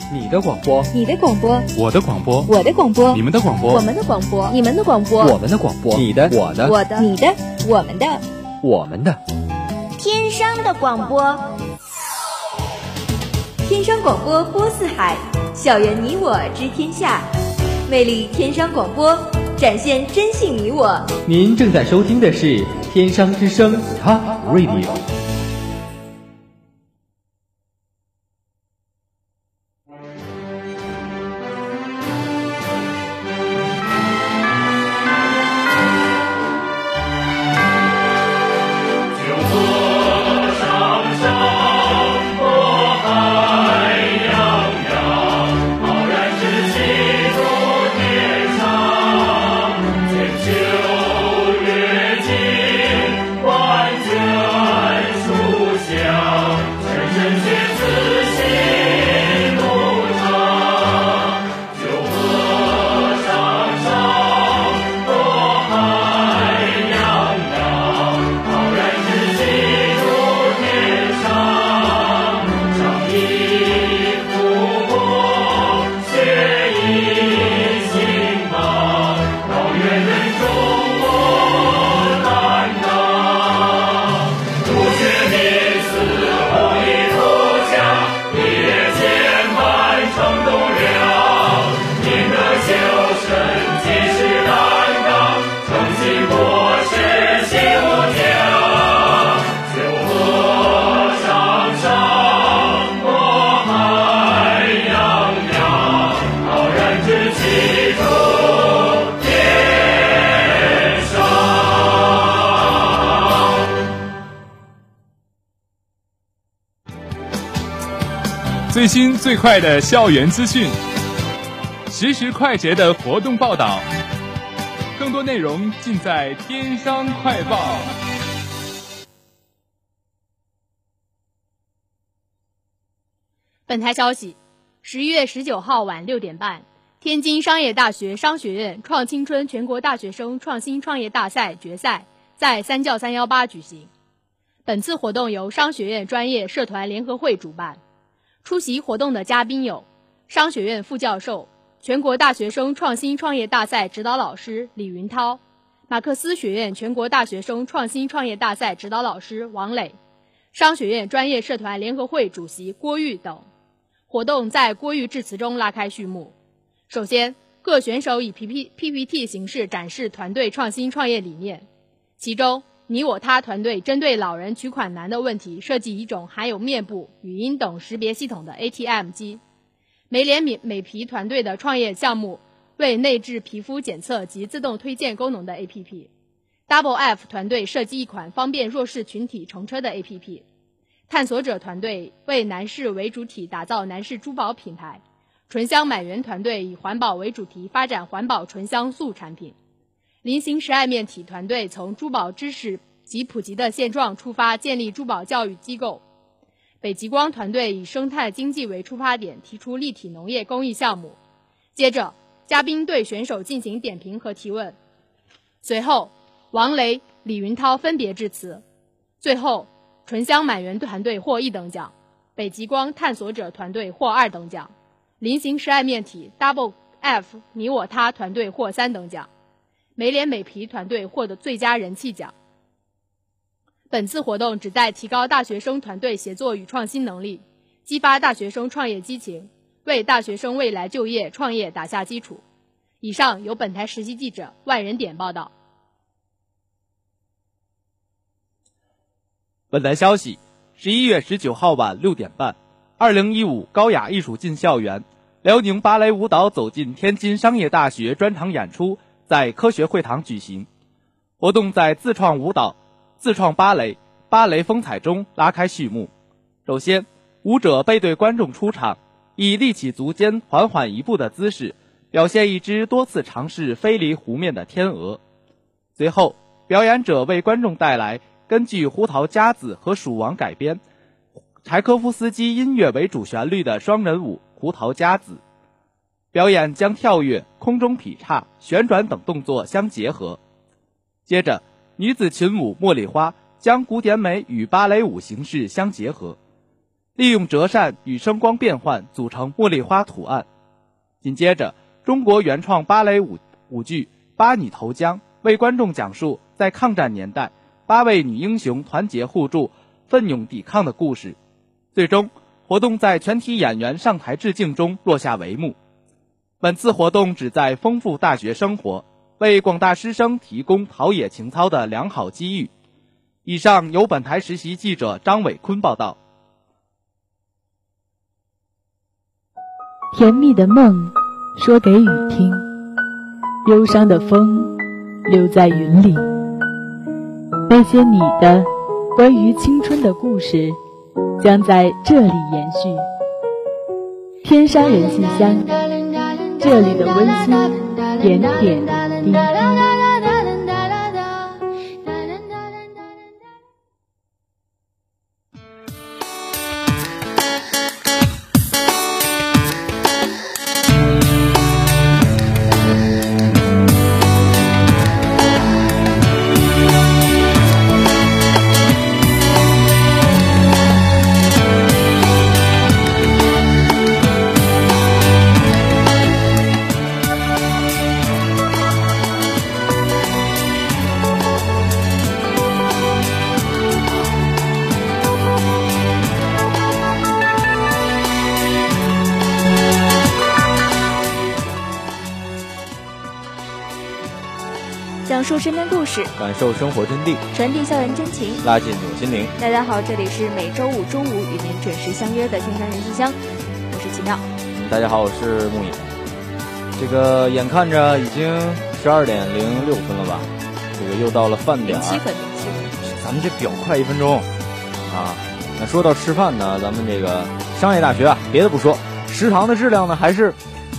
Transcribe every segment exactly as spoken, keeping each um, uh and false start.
你的广播， 你的广播， 我的广播， 我的广播， 你们的广播， 我们的广播，你们的广播， 我们的广播，你的，我的， 我的，你的，我们的， 我们的。 天商的广播， 天商广播播四海，校园你我知天下，魅力天商广播，展现真性你我。 您正在收听的是天商之声 Top Radio。 最新最快的校园资讯，实时快捷的活动报道，更多内容尽在天商快报。 本台消息，十一月十九号晚六点半，天津商业大学商学院创青春全国大学生创新创业大赛决赛在三教三一八举行。本次活动由商学院专业社团联合会主办。出席活动的嘉宾有商学院副教授、全国大学生创新创业大赛指导老师李云涛，马克思学院全国大学生创新创业大赛指导老师王磊，商学院专业社团联合会主席郭玉等。活动在郭玉致辞中拉开序幕。首先，各选手以 P P T 形式展示团队创新创业理念，其中你我他团队针对老人取款难的问题设计一种含有面部、语音等识别系统的 A T M 机。美脸美皮团队的创业项目为内置皮肤检测及自动推荐功能的 A P P。Double F 团队设计一款方便弱势群体乘车的 A P P。探索者团队为男士为主体打造男士珠宝品牌。醇香满园团队以环保为主题发展环保醇香素产品。菱形石爱面体团队从珠宝知识及普及的现状出发，建立珠宝教育机构。北极光团队以生态经济为出发点，提出立体农业公益项目。接着，嘉宾对选手进行点评和提问。随后，王雷、李云涛分别致辞。最后，醇香满园团队获一等奖，北极光探索者团队获二等奖，菱形石爱面体 Double F 你我他团队获三等奖。美脸美皮团队获得最佳人气奖。本次活动旨在提高大学生团队协作与创新能力，激发大学生创业激情，为大学生未来就业创业打下基础。以上由本台实习记者万人点报道。 本台消息，十一月十九号晚六点半，二零一五高雅艺术进校园，辽宁芭蕾舞蹈走进天津商业大学专场演出在科学会堂举行。活动在自创舞蹈、自创芭蕾、芭蕾风采中拉开序幕。首先，舞者背对观众出场，以立起足尖缓缓一步的姿势，表现一只多次尝试飞离湖面的天鹅。随后，表演者为观众带来根据胡桃夹子和鼠王改编柴科夫斯基音乐为主旋律的双人舞胡桃夹子。表演将跳跃、空中劈叉、旋转等动作相结合。接着，女子群舞茉莉花将古典美与芭蕾舞形式相结合。 利用折扇与声光变换组成茉莉花图案。紧接着，中国原创芭蕾舞舞剧《八女投江》为观众讲述在抗战年代八位女英雄团结互助、奋勇抵抗的故事。最终，活动在全体演员上台致敬中落下帷幕。本次活动旨在丰富大学生活，为广大师生提供陶冶情操的良好机遇。以上由本台实习记者张伟坤报道。 甜蜜的梦说给雨听，忧伤的风留在云里。那些你的关于青春的故事将在这里延续。天山人信箱，这里的温馨点点滴滴。 讲述身边故事， 感受生活真谛， 传递校园真情， 拉近我心灵。 大家好，这里是每周五中午与您准时相约的天山人信箱，我是奇妙。 大家好，我是木野。这个眼看着已经十二点零六分了吧？这个又到了饭点， 零七分，零七分。 咱们这表快一分钟啊。那说到吃饭呢，咱们这个商业大学啊，别的不说，食堂的质量呢还是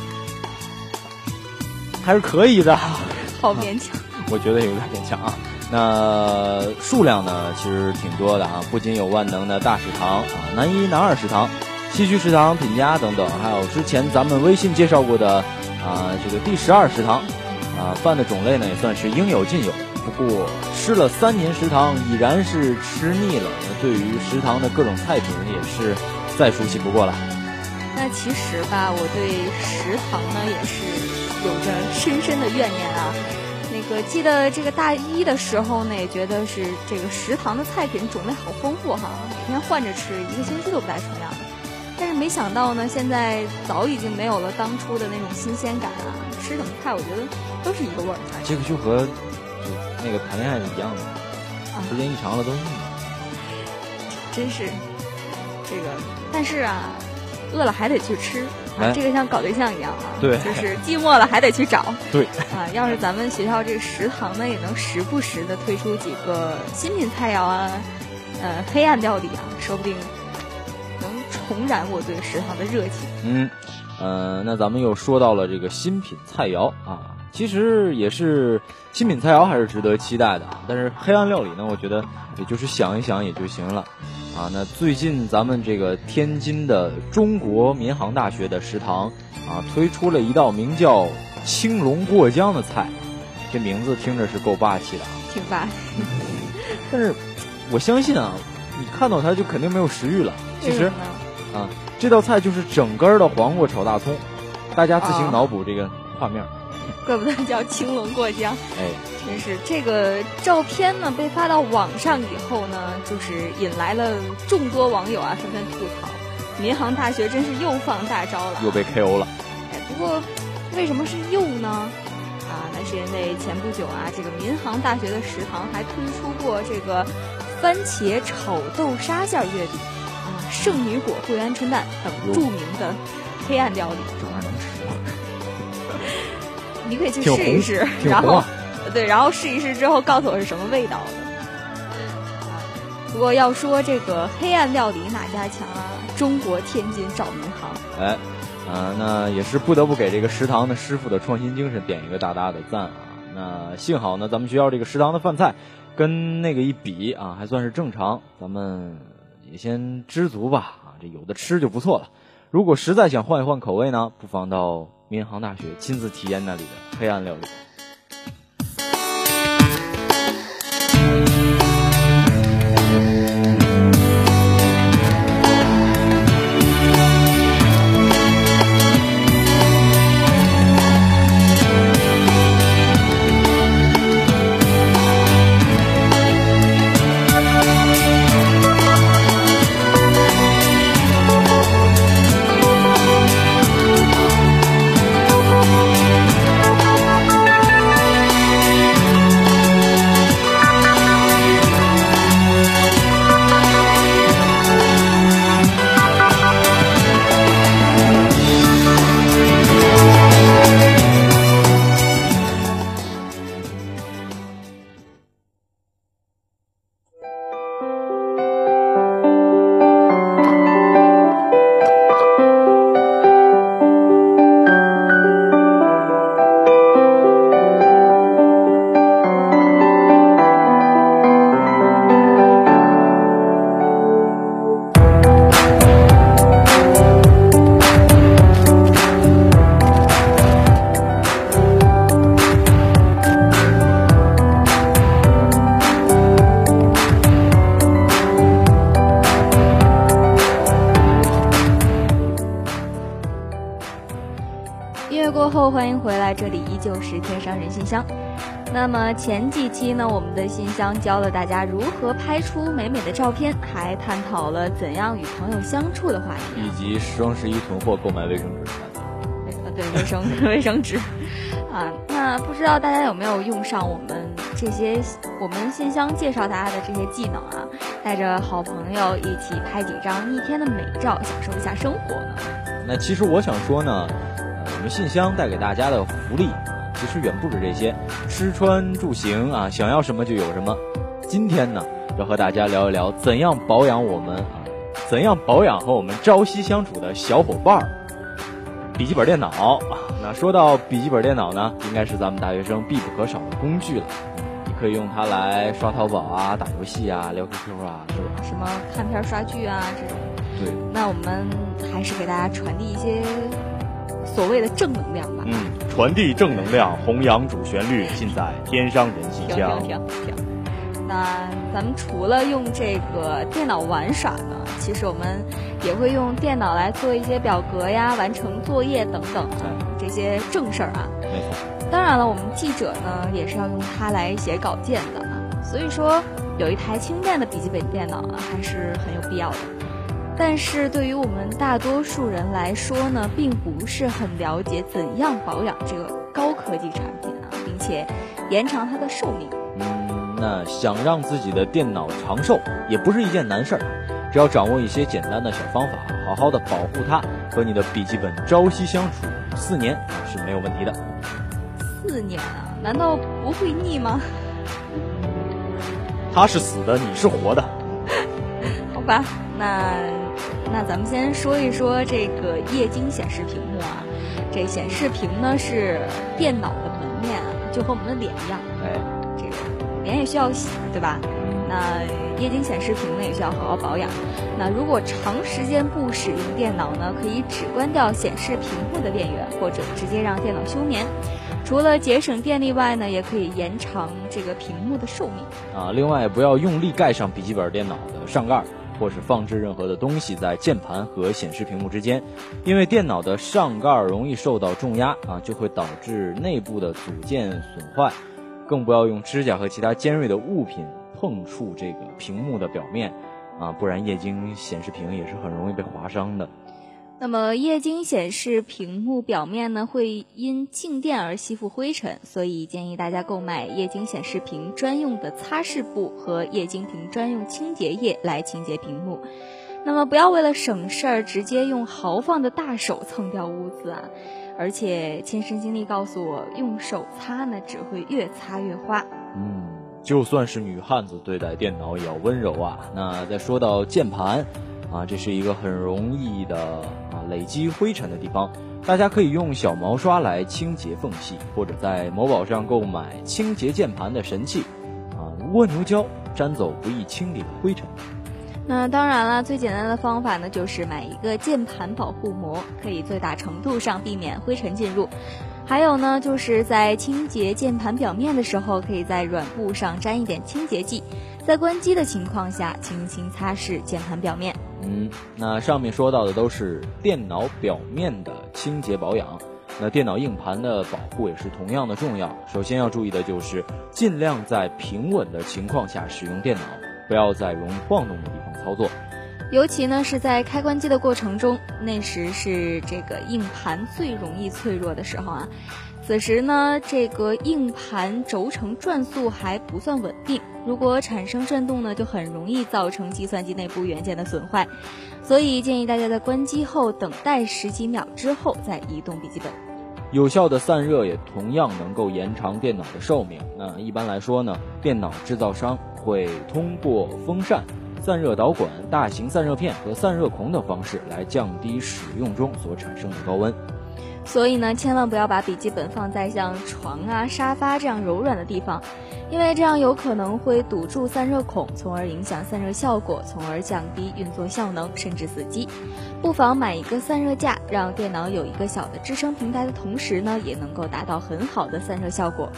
还是可以的。 好勉强。 我觉得有点勉强啊。那数量呢其实挺多的啊，不仅有万能的大食堂啊、南一南二食堂、西区食堂、品家等等，还有之前咱们微信介绍过的啊这个第十二食堂啊，饭的种类呢也算是应有尽有。不过吃了三年食堂已然是吃腻了，对于食堂的各种菜品也是再熟悉不过了。 那其实吧，我对食堂呢也是有着深深的怨念啊。那个记得这个大一的时候呢，也觉得是这个食堂的菜品种类好丰富哈，每天换着吃，一个星期都不带重样的。但是没想到呢，现在早已经没有了当初的那种新鲜感啊！吃什么菜，我觉得都是一个味儿。 这个就和就那个谈恋爱是一样的，时间一长了都腻了。 真是这个，但是啊，饿了还得去吃。啊，这个像搞对象一样啊， 对， 就是寂寞了还得去找， 对啊。要是咱们学校这个食堂呢，也能时不时的推出几个新品菜肴啊，呃，黑暗料理啊，说不定能重燃我对食堂的热情。 嗯，呃，那咱们又说到了这个新品菜肴啊，其实也是新品菜肴还是值得期待的，但是黑暗料理呢，我觉得也就是想一想也就行了。啊，那最近咱们这个天津的中国民航大学的食堂啊，推出了一道名叫青龙过江的菜，这名字听着是够霸气的啊， 挺霸气。 但是我相信啊，你看到它就肯定没有食欲了。其实啊，这道菜就是整根的黄瓜炒大葱，大家自行脑补这个画面。 怪不得叫青龙过江， 哎， 真是这个照片呢被发到网上以后呢，就是引来了众多网友啊纷纷吐槽，民航大学真是又放大招了， 又被 K O 了。 哎，不过为什么是又呢？啊，那是因为前不久啊，这个民航大学的食堂还推出过这个番茄炒豆沙馅月饼啊、圣女果烩鹌鹑蛋等著名的黑暗料理。 这玩意儿能吃吗？ 你可以去试一试，然后，对，然后试一试之后告诉我是什么味道的。不过要说这个黑暗料理哪家强啊？中国天津找民航。 哎，啊、呃，那也是不得不给这个食堂的师傅的创新精神点一个大大的赞啊。那幸好呢，咱们学校这个食堂的饭菜跟那个一比啊，还算是正常，咱们也先知足吧啊，这有的吃就不错了。如果实在想换一换口味呢，不妨到民航大学亲自体验那里的黑暗料理。 乐过后，欢迎回来，这里依旧是天商人信箱。那么前几期呢，我们的信箱教了大家如何拍出美美的照片，还探讨了怎样与朋友相处的话题， 以及双十一囤货购买卫生纸。 呃，对，卫生卫生纸啊。那不知道大家有没有用上我们这些我们信箱介绍大家的这些技能啊？带着好朋友一起拍几张逆天的美照，享受一下生活呢？ 那其实我想说呢，呃，我们信箱带给大家的福利其实远不止这些，吃穿住行啊，想要什么就有什么。今天呢，要和大家聊一聊怎样保养我们啊，怎样保养和我们朝夕相处的小伙伴儿——笔记本电脑啊。那说到笔记本电脑呢，应该是咱们大学生必不可少的工具了。你可以用它来刷淘宝啊、打游戏啊、聊 Q Q 啊，是吧？ 什么看片刷剧啊这种。 对。 那我们还是给大家传递一些所谓的正能量吧。 嗯，传递正能量，弘扬主旋律，尽在天商人信箱。 停停停停。那咱们除了用这个电脑玩耍呢，其实我们也会用电脑来做一些表格呀、完成作业等等这些正事儿啊。 没错。 当然了，我们记者呢也是要用它来写稿件的啊。所以说，有一台轻便的笔记本电脑啊，还是很有必要的。但是对于我们大多数人来说呢，并不是很了解怎样保养这个高科技产品啊，并且延长它的寿命。 嗯，那想让自己的电脑长寿，也不是一件难事儿，只要掌握一些简单的小方法，好好的保护它，和你的笔记本朝夕相处四年是没有问题的。 四年啊？难道不会腻吗？ 它是死的，你是活的。 好吧，那那咱们先说一说这个液晶显示屏幕啊。这显示屏呢是电脑的门面啊，就和我们的脸一样。 哎， 这个脸也需要洗，对吧？那液晶显示屏呢也需要好好保养。那如果长时间不使用电脑呢，可以只关掉显示屏幕的电源，或者直接让电脑休眠。除了节省电力外呢，也可以延长这个屏幕的寿命啊。另外，不要用力盖上笔记本电脑的上盖，或是放置任何的东西在键盘和显示屏幕之间，因为电脑的上盖容易受到重压啊，就会导致内部的组件损坏。更不要用指甲和其他尖锐的物品碰触这个屏幕的表面啊，不然液晶显示屏也是很容易被划伤的。 那么液晶显示屏幕表面呢，会因静电而吸附灰尘，所以建议大家购买液晶显示屏专用的擦拭布和液晶屏专用清洁液来清洁屏幕。那么不要为了省事儿直接用豪放的大手蹭掉污渍啊！而且亲身经历告诉我，用手擦呢只会越擦越花。 嗯，就算是女汉子对待电脑也要温柔啊。那再说到键盘啊，这是一个很容易的啊累积灰尘的地方，大家可以用小毛刷来清洁缝隙，或者在某宝上购买清洁键盘的神器啊蜗牛胶，沾走不易清理的灰尘。 那当然了，最简单的方法呢，就是买一个键盘保护膜，可以最大程度上避免灰尘进入。还有呢，就是在清洁键盘表面的时候，可以在软布上沾一点清洁剂，在关机的情况下轻轻擦拭键盘表面。 嗯，那上面说到的都是电脑表面的清洁保养，那电脑硬盘的保护也是同样的重要。首先要注意的就是尽量在平稳的情况下使用电脑，不要在容易晃动的地方操作。 尤其呢是在开关机的过程中，那时是这个硬盘最容易脆弱的时候啊。此时呢，这个硬盘轴承转速还不算稳定，如果产生震动呢，就很容易造成计算机内部元件的损坏。所以建议大家在关机后等待十几秒之后再移动笔记本。 有效的散热也同样能够延长电脑的寿命。那一般来说呢，电脑制造商会通过风扇、散热导管、大型散热片和散热孔等方式来降低使用中所产生的高温。 所以呢，千万不要把笔记本放在像床啊、沙发这样柔软的地方，因为这样有可能会堵住散热孔，从而影响散热效果，从而降低运作效能，甚至死机。不妨买一个散热架，让电脑有一个小的支撑平台的同时呢，也能够达到很好的散热效果。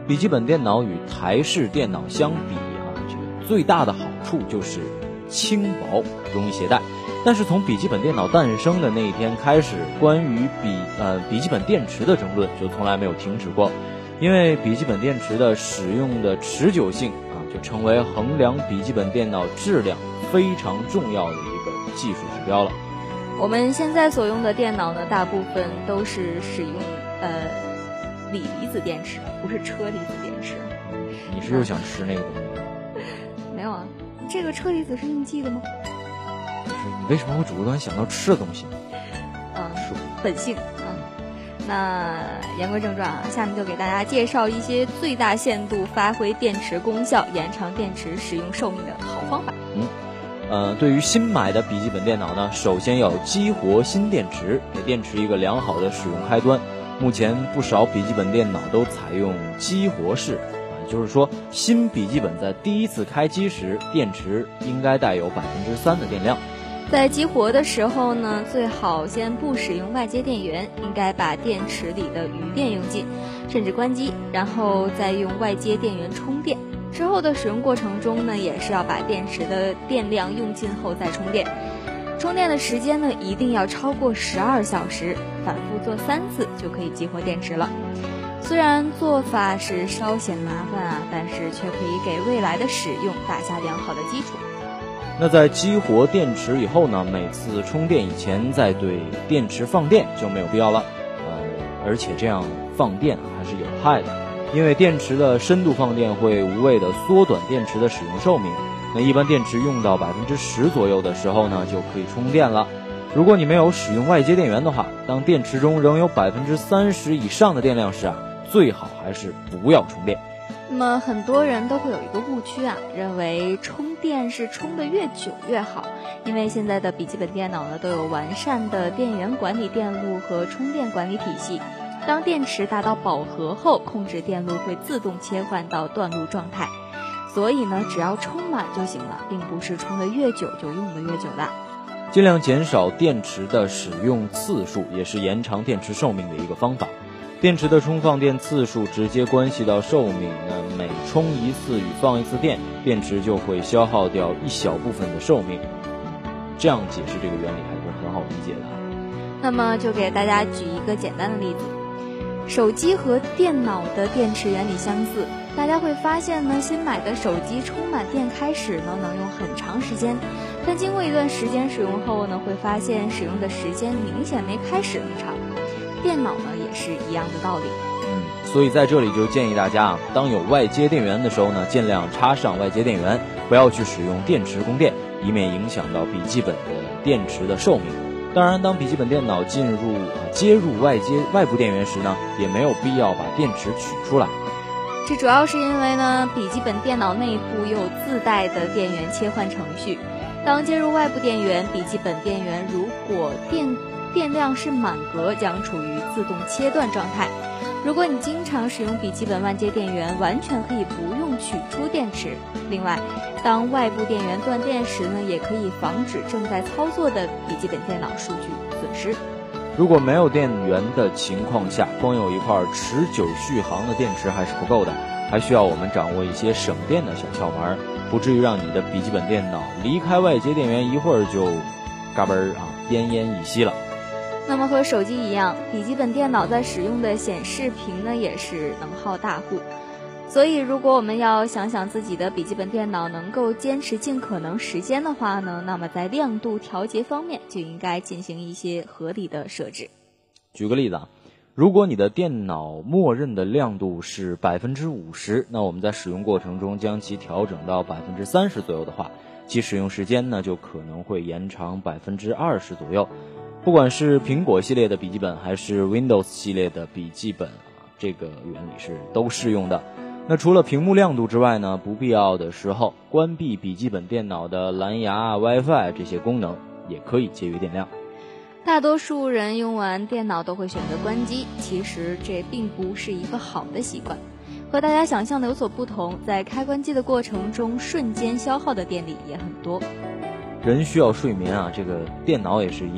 笔记本电脑与台式电脑相比啊，这个最大的好处就是轻薄，容易携带。但是从笔记本电脑诞生的那一天开始，关于笔呃笔记本电池的争论就从来没有停止过，因为笔记本电池的使用的持久性啊，就成为衡量笔记本电脑质量非常重要的一个技术指标了。 我们现在所用的电脑呢，大部分都是使用呃锂离子电池，不是车离子电池。 你是又想吃那个东西？ 没有啊，这个车离子是应记的吗？ 就是你为什么会主动想到吃的东西呢？ 嗯，本性。嗯，那言归正传啊，下面就给大家介绍一些最大限度发挥电池功效、延长电池使用寿命的好方法。 嗯。呃，对于新买的笔记本电脑呢，首先要激活新电池，给电池一个良好的使用开端。目前不少笔记本电脑都采用激活式，啊，也就是说，新笔记本在第一次开机时，电池应该带有百分之三的电量。 在激活的时候呢，最好先不使用外接电源，应该把电池里的余电用尽，甚至关机，然后再用外接电源充电。之后的使用过程中呢，也是要把电池的电量用尽后再充电。充电的时间呢，一定要超过十二小时，反复做三次就可以激活电池了。虽然做法是稍显麻烦啊，但是却可以给未来的使用打下良好的基础。 那在激活电池以后呢，每次充电以前再对电池放电就没有必要了。呃，而且这样放电还是有害的。因为电池的深度放电会无谓的缩短电池的使用寿命，那一般电池用到百分之十左右的时候呢，就可以充电了。如果你没有使用外接电源的话，当电池中仍有百分之三十以上的电量时啊，最好还是不要充电。 那么很多人都会有一个误区啊，认为充电是充得越久越好，因为现在的笔记本电脑呢都有完善的电源管理电路和充电管理体系。当电池达到饱和后，控制电路会自动切换到断路状态，所以呢，只要充满就行了，并不是充得越久就用得越久的。 尽量减少电池的使用次数，也是延长电池寿命的一个方法。电池的充放电次数直接关系到寿命，那每充一次与放一次电，电池就会消耗掉一小部分的寿命。这样解释这个原理还是很好理解的。 那么就给大家举一个简单的例子。手机和电脑的电池原理相似，大家会发现呢，新买的手机充满电开始呢能用很长时间，但经过一段时间使用后呢，会发现使用的时间明显没开始那么长。电脑呢也是一样的道理。 嗯，所以在这里就建议大家啊，当有外接电源的时候呢，尽量插上外接电源，不要去使用电池供电，以免影响到笔记本的电池的寿命。当然，当笔记本电脑进入、呃、接入外接外部电源时呢，也没有必要把电池取出来。 这主要是因为呢，笔记本电脑内部有自带的电源切换程序。当接入外部电源，笔记本电源如果电电量是满格，将处于自动切断状态。如果你经常使用笔记本外接电源，完全可以不用取出电池。另外，当外部电源断电时呢，也可以防止正在操作的笔记本电脑数据损失。 如果没有电源的情况下，光有一块持久续航的电池还是不够的，还需要我们掌握一些省电的小窍门，不至于让你的笔记本电脑离开外接电源一会儿就嘎嘣儿啊奄奄一息了。 那么和手机一样，笔记本电脑在使用的显示屏呢也是能耗大户。所以如果我们要想想自己的笔记本电脑能够坚持尽可能时间的话呢，那么在亮度调节方面就应该进行一些合理的设置。 举个例子啊，如果你的电脑默认的亮度是百分之五十，那我们在使用过程中将其调整到百分之三十左右的话，其使用时间呢就可能会延长百分之二十左右。不管是苹果系列的笔记本还是 Windows 系列的笔记本，这个原理是都适用的。那除了屏幕亮度之外呢，不必要的时候关闭笔记本电脑的蓝牙、WiFi 这些功能也可以节约电量。 大多数人用完电脑都会选择关机，其实这并不是一个好的习惯。和大家想象的有所不同，在开关机的过程中瞬间消耗的电力也很多。 人需要睡眠啊，这个电脑也是一样。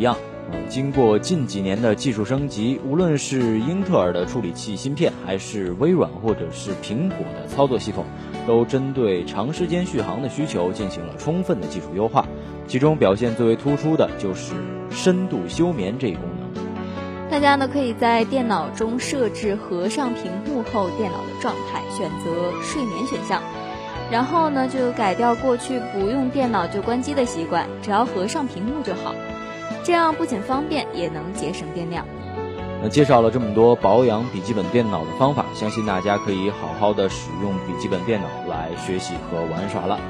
经过近几年的技术升级，无论是英特尔的处理器芯片，还是微软或者是苹果的操作系统，都针对长时间续航的需求进行了充分的技术优化。其中表现最为突出的就是深度休眠这一功能。 大家呢可以在电脑中设置合上屏幕后电脑的状态，选择睡眠选项，然后呢就改掉过去不用电脑就关机的习惯，只要合上屏幕就好。这样不仅方便，也能节省电量。 那介绍了这么多保养笔记本电脑的方法，相信大家可以好好的使用笔记本电脑来学习和玩耍了。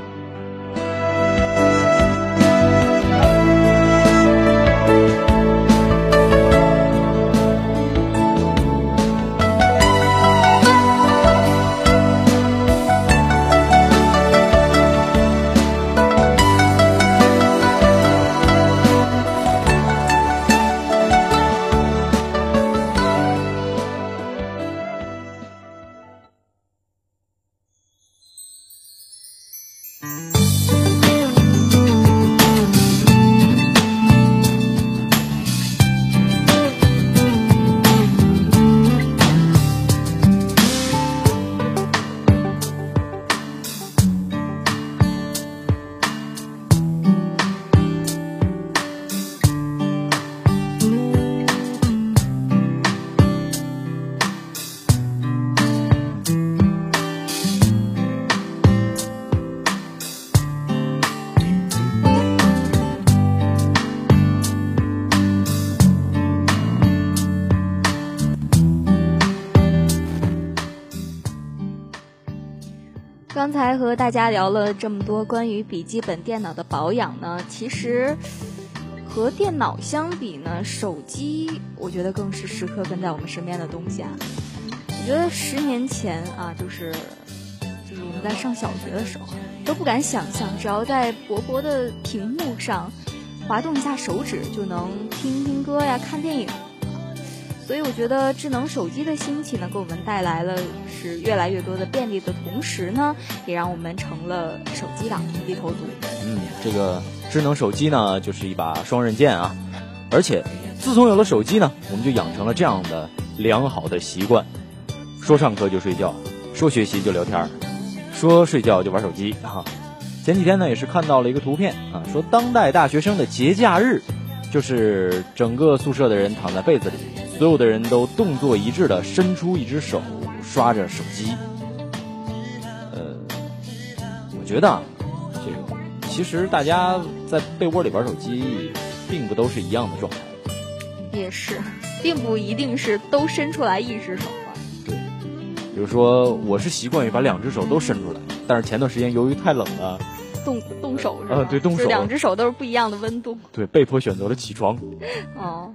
刚才和大家聊了这么多关于笔记本电脑的保养呢，其实和电脑相比呢，手机我觉得更是时刻跟在我们身边的东西啊。我觉得十年前啊，就是就是我们在上小学的时候都不敢想象，只要在薄薄的屏幕上滑动一下手指就能听听歌呀、看电影。所以我觉得智能手机的兴起呢，给我们带来了是越来越多的便利的同时呢，也让我们成了手机党低头族。 嗯，这个智能手机呢，就是一把双刃剑啊。而且自从有了手机呢，我们就养成了这样的良好的习惯：说上课就睡觉，说学习就聊天，说睡觉就玩手机啊。前几天呢，也是看到了一个图片啊，说当代大学生的节假日，就是整个宿舍的人躺在被子里，所有的人都动作一致的伸出一只手刷着手机。呃，我觉得啊，这个其实大家在被窝里玩手机，并不都是一样的状态。 也是，并不一定是都伸出来一只手吧。 对，比如说我是习惯于把两只手都伸出来，但是前段时间由于太冷了， 动动手是吧？ 呃，对，动手， 两只手都是不一样的温度。 对，被迫选择了起床。 哦。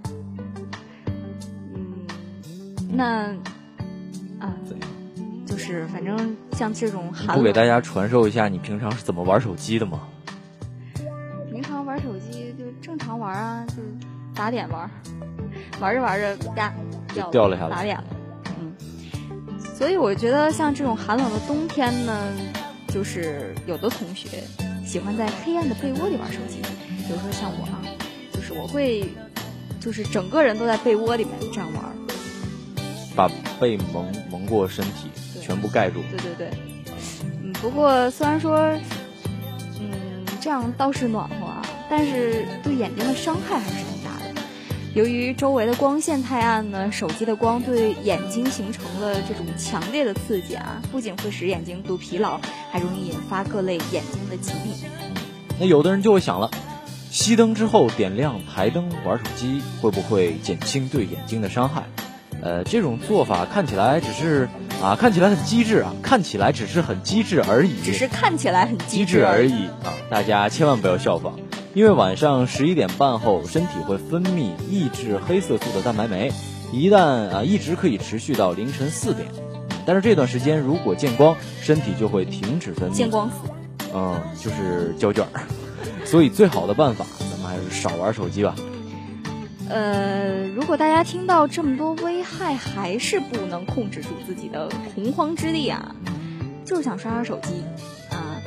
那啊，就是反正像这种寒冷， 不给大家传授一下你平常是怎么玩手机的吗？ 平常玩手机就正常玩啊，就打点玩，玩着玩着呀掉掉了下来， 打点了。嗯，所以我觉得像这种寒冷的冬天呢，就是有的同学喜欢在黑暗的被窝里玩手机，比如说像我啊，就是我会就是整个人都在被窝里面这样玩。 把被蒙蒙过身体全部盖住。 对对对，嗯，不过虽然说，嗯，这样倒是暖和啊，但是对眼睛的伤害还是挺大的。由于周围的光线太暗呢，手机的光对眼睛形成了这种强烈的刺激啊，不仅会使眼睛度疲劳，还容易引发各类眼睛的疾病。 那有的人就会想了，熄灯之后点亮台灯玩手机，会不会减轻对眼睛的伤害？呃，这种做法看起来只是啊，看起来很机智啊，看起来只是很机智而已， 只是看起来很机智而已啊！大家千万不要效仿，因为晚上十一点半后，身体会分泌抑制黑色素的蛋白酶，一旦啊一直可以持续到凌晨四点，但是这段时间如果见光，身体就会停止分泌。 见光死。 嗯，就是胶卷儿。所以最好的办法，咱们还是少玩手机吧。 呃，如果大家听到这么多危害，还是不能控制住自己的洪荒之力啊，就是想刷刷手机啊，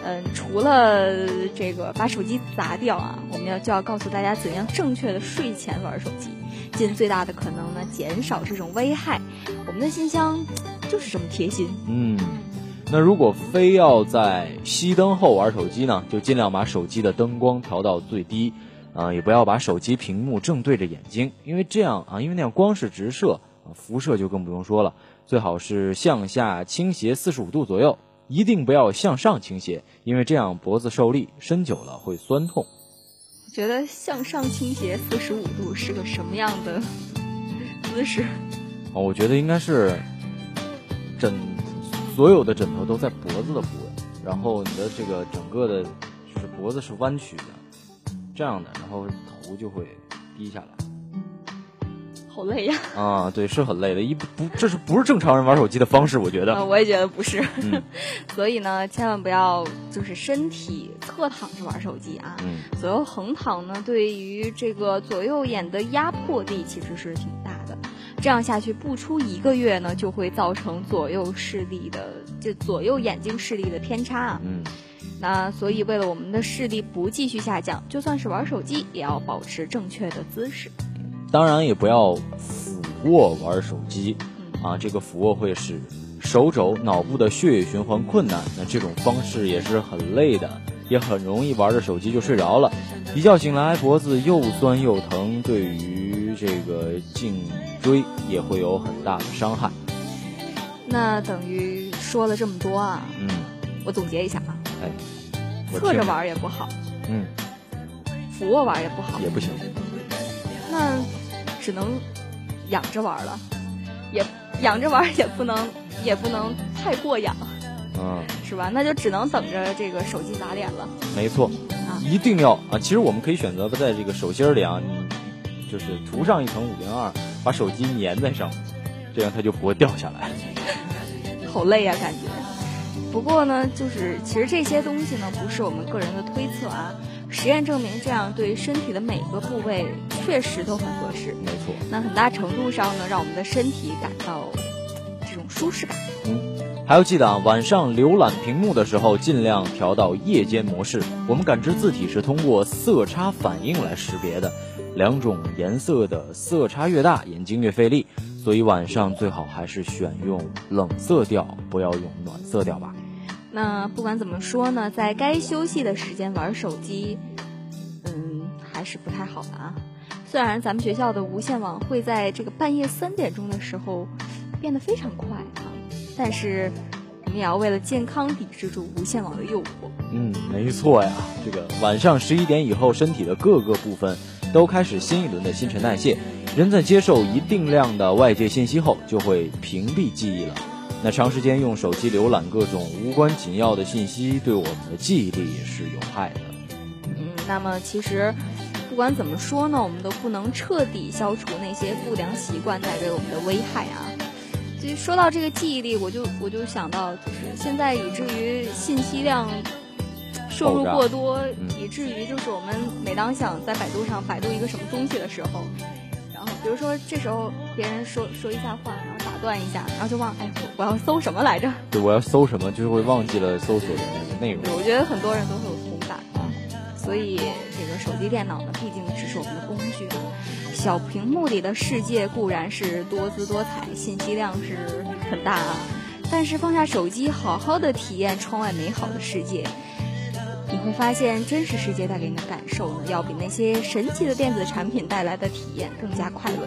嗯，除了这个把手机砸掉啊，我们要就要告诉大家怎样正确的睡前玩手机，尽最大的可能呢减少这种危害。我们的信箱就是这么贴心。 嗯，那如果非要在熄灯后玩手机呢，就尽量把手机的灯光调到最低，啊、呃，也不要把手机屏幕正对着眼睛，因为这样啊，因为那样光是直射，啊，辐射就更不用说了。最好是向下倾斜四十五度左右。一定不要向上倾斜，因为这样脖子受力，伸久了会酸痛。 觉得向上倾斜四十五度是个什么样的姿势？ 哦，我觉得应该是枕所有的枕头都在脖子的部位，然后你的这个整个的就是脖子是弯曲的，这样的，然后头就会低下来。 好累呀！ 啊，对，是很累的，一不，这是不是正常人玩手机的方式？我觉得， 呃、我也觉得不是。 嗯、 所以呢，千万不要就是身体侧躺着玩手机啊。 嗯， 左右横躺呢，对于这个左右眼的压迫力其实是挺大的。这样下去，不出一个月呢，就会造成左右视力的，就左右眼睛视力的偏差啊。 嗯， 那所以为了我们的视力不继续下降，就算是玩手机，也要保持正确的姿势。 当然也不要俯卧玩手机，啊，这个俯卧会使手肘、脑部的血液循环困难，那这种方式也是很累的，也很容易玩着手机就睡着了，一觉醒来脖子又酸又疼，对于这个颈椎也会有很大的伤害。 那等于说了这么多啊， 嗯， 我总结一下啊， 哎， 侧着玩也不好， 嗯， 俯卧玩也不好， 也不行， 那只能仰着玩了，也仰着玩也不能也不能太过仰， 嗯， 是吧？那就只能等着这个手机砸脸了。 没错，啊，一定要啊！其实我们可以选择在这个手心里啊，你就是涂上一层五零二，把手机粘在上面，这样它就不会掉下来。 好累啊，感觉。不过呢，就是其实这些东西呢，不是我们个人的推测啊。实验证明，这样对身体的每个部位确实都很合适。 没错， 那很大程度上呢，让我们的身体感到这种舒适感。 嗯，还要记得啊，晚上浏览屏幕的时候，尽量调到夜间模式。我们感知字体是通过色差反应来识别的，两种颜色的色差越大，眼睛越费力，所以晚上最好还是选用冷色调，不要用暖色调吧。 那不管怎么说呢，在该休息的时间玩手机，嗯，还是不太好的啊。虽然咱们学校的无线网会在这个半夜三点钟的时候变得非常快啊，但是我们也要为了健康抵制住无线网的诱惑。 嗯，没错呀。这个晚上十一点以后，身体的各个部分都开始新一轮的新陈代谢，人在接受一定量的外界信息后，就会屏蔽记忆了。那长时间用手机浏览各种无关紧要的信息，对我们的记忆力也是有害的。 嗯，那么其实不管怎么说呢，我们都不能彻底消除那些不良习惯带给我们的危害啊。就说到这个记忆力，我就我就想到，就是现在以至于信息量摄入过多， 嗯、 以至于就是我们每当想在百度上百度一个什么东西的时候，然后比如说这时候别人说说一下话，然后打断一下，然后就忘，哎，我要搜什么来着？ 对，我要搜什么，就是会忘记了搜索的那个内容。 对，我觉得很多人都会有同感啊。所以这个手机电脑呢，毕竟只是我们的工具啊。小屏幕里的世界固然是多姿多彩，信息量是很大啊，但是放下手机，好好的体验窗外美好的世界，你会发现真实世界带给你的感受呢，要比那些神奇的电子产品带来的体验更加快乐。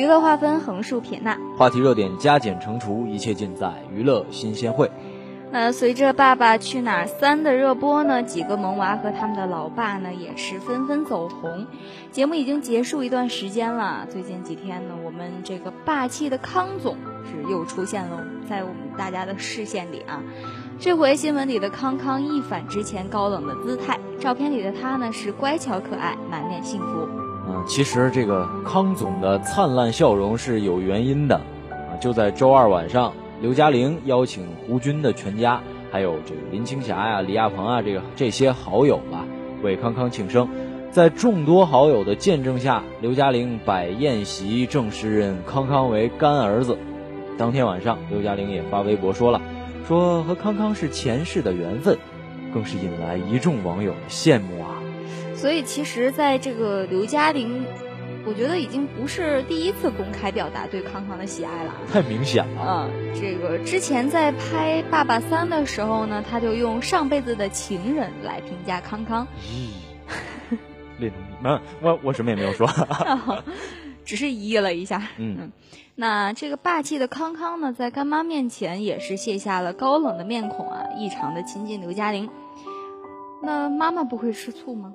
乐划分横竖撇捺， 话题热点加减乘除，一切尽在娱乐新鲜会。 那随着《爸爸去哪儿三》的热播呢，几个萌娃和他们的老爸呢也是纷纷走红。节目已经结束一段时间了，最近几天呢，我们这个霸气的康总是又出现了在我们大家的视线里啊。这回新闻里的康康一反之前高冷的姿态，照片里的他呢是乖巧可爱，满脸幸福。 嗯，其实这个康总的灿烂笑容是有原因的啊，就在周二晚上。刘嘉玲邀请胡军的全家，还有这个林青霞呀、李亚鹏啊，这个这些好友吧，为康康庆生。在众多好友的见证下，刘嘉玲摆宴席，正式认康康为干儿子。当天晚上，刘嘉玲也发微博说了，说和康康是前世的缘分，更是引来一众网友的羡慕啊。 所以其实在这个刘嘉玲，我觉得已经不是第一次公开表达对康康的喜爱了， 太明显嗯， 了。 这个之前在拍《爸爸三》的时候呢，他就用上辈子的情人来评价康康。 咦，恋童癖？嗯，我我什么也没有说， 只是咦了一下。 嗯嗯，那这个霸气的康康呢，在干妈面前也是卸下了高冷的面孔啊，异常的亲近刘嘉玲。那妈妈不会吃醋吗？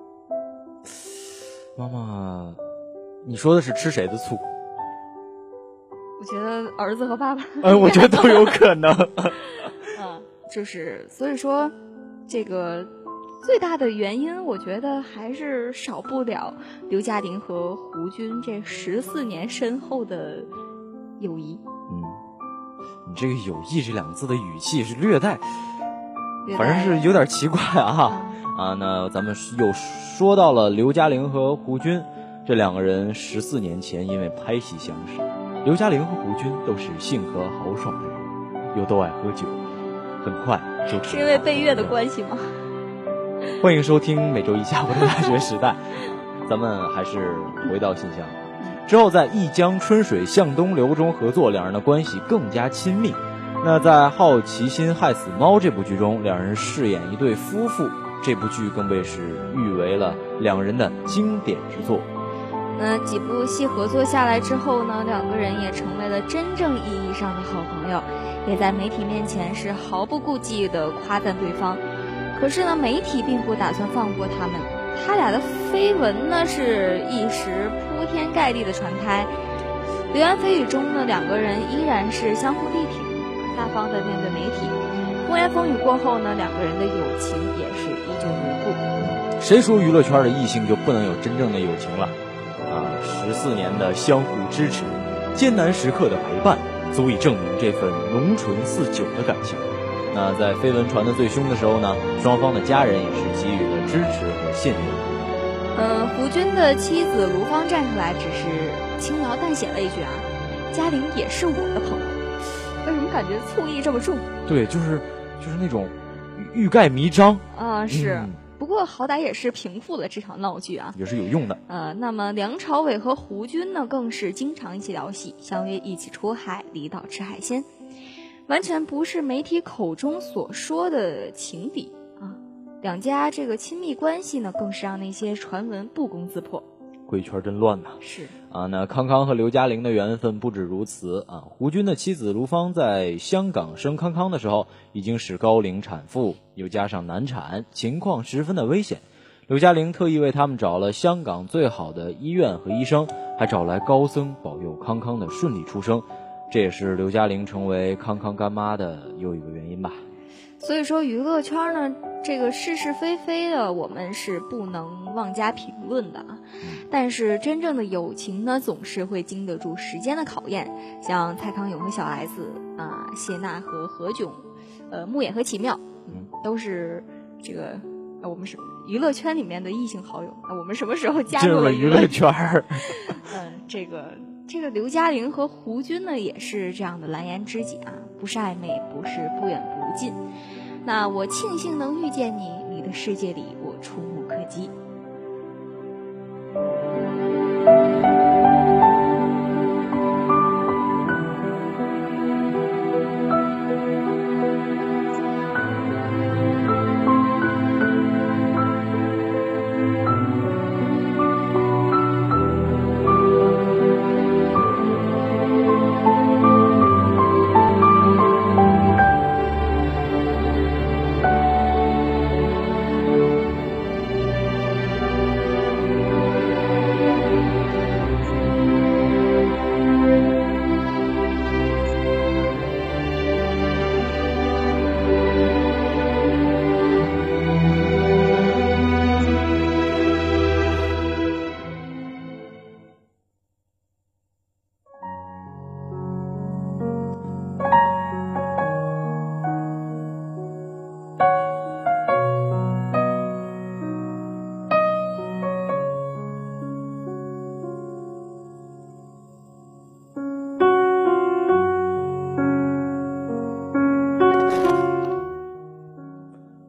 妈妈。你说的是吃谁的醋？ 我觉得儿子和爸爸， 呃，我觉得都有可能。 嗯，就是所以说，这个最大的原因，我觉得还是少不了刘嘉玲和胡军这十四年深厚的友谊。 嗯，你这个“友谊”这两个字的语气是略带， 略带反正是有点奇怪啊。嗯、啊，那咱们又说到了刘嘉玲和胡军。这两个人十四年前因为拍戏相识，刘嘉玲和胡军都是性格豪爽的人，又都爱喝酒，很快就是因为背月的关系吗？ 欢迎收听每周一下午的大学时代，咱们还是回到信箱。之后在《一江春水向东流》中合作，两人的关系更加亲密。那在《好奇心害死猫》这部剧中，两人饰演一对夫妇，这部剧更被是誉为了两人的经典之作。 那几部戏合作下来之后呢，两个人也成为了真正意义上的好朋友，也在媒体面前是毫不顾忌地夸赞对方。可是呢，媒体并不打算放过他们，他俩的绯闻呢是一时铺天盖地的传开。流言蜚语中呢，两个人依然是相互力挺，大方地面对媒体。风言风语过后呢，两个人的友情也是依旧如故。 谁说娱乐圈的异性就不能有真正的友情了？啊，十四年的相互支持，艰难时刻的陪伴，足以证明这份浓醇似酒的感情。那在绯闻传得最凶的时候呢，双方的家人也是给予了支持和信任。 嗯，胡军的妻子卢芳站出来，只是轻描淡写了一句啊，嘉玲也是我的朋友。为什么感觉醋意这么重？ 对，就是就是那种欲盖弥彰啊，是。 嗯不过好歹也是平复了这场闹剧啊， 也是有用的。 呃，那么梁朝伟和胡军呢，更是经常一起聊戏，相约一起出海离岛吃海鲜，完全不是媒体口中所说的情敌啊。两家这个亲密关系呢，更是让那些传闻不攻自破。 贵圈真乱呐！ 是啊，那康康和刘嘉玲的缘分不止如此啊。胡军的妻子卢芳在香港生康康的时候，已经是高龄产妇，又加上难产，情况十分的危险。刘嘉玲特意为他们找了香港最好的医院和医生，还找来高僧保佑康康的顺利出生。这也是刘嘉玲成为康康干妈的又一个原因吧。 所以说娱乐圈呢，这个是是非非的我们是不能妄加评论的啊。但是真正的友情呢，总是会经得住时间的考验。像蔡康永和小 S 啊，谢娜和何炅，呃，穆衍和奇妙，嗯，都是这个呃我们是娱乐圈里面的异性好友。呃、我们什么时候加入了娱乐圈？ 嗯，这个这个刘嘉玲和胡军呢，也是这样的蓝颜知己啊，不是暧昧，不是不远不近。那我庆幸能遇见你，你的世界里我触目可及。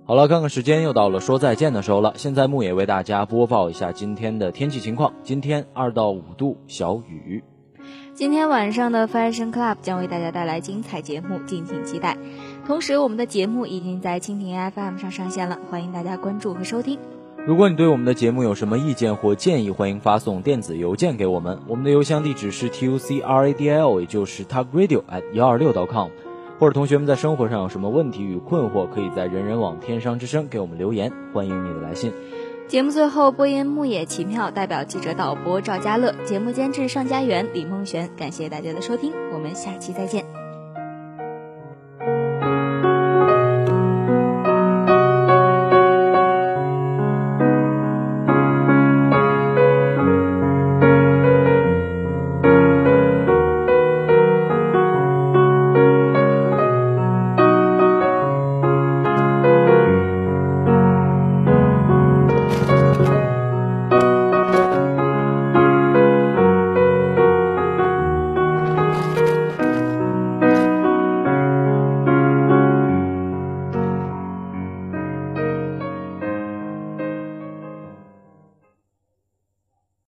好了，看看时间，又到了说再见的时候了。现在牧野为大家播报一下今天的天气情况。今天二到五度，小雨。 今天晚上的 Fashion Club 将为大家带来精彩节目，敬请期待。同时，我们的节目已经在蜻蜓 F M 上上线了，欢迎大家关注和收听。 如果你对我们的节目有什么意见或建议，欢迎发送电子邮件给我们，我们的邮箱地址是 T U C R A D L， 也就是 talk radio at 一二六 .com。或者同学们在生活上有什么问题与困惑，可以在人人网天商之声给我们留言，欢迎你的来信。 节目最后，播音牧野奇妙代表记者导播赵家乐，节目监制尚家园、李梦璇，感谢大家的收听，我们下期再见。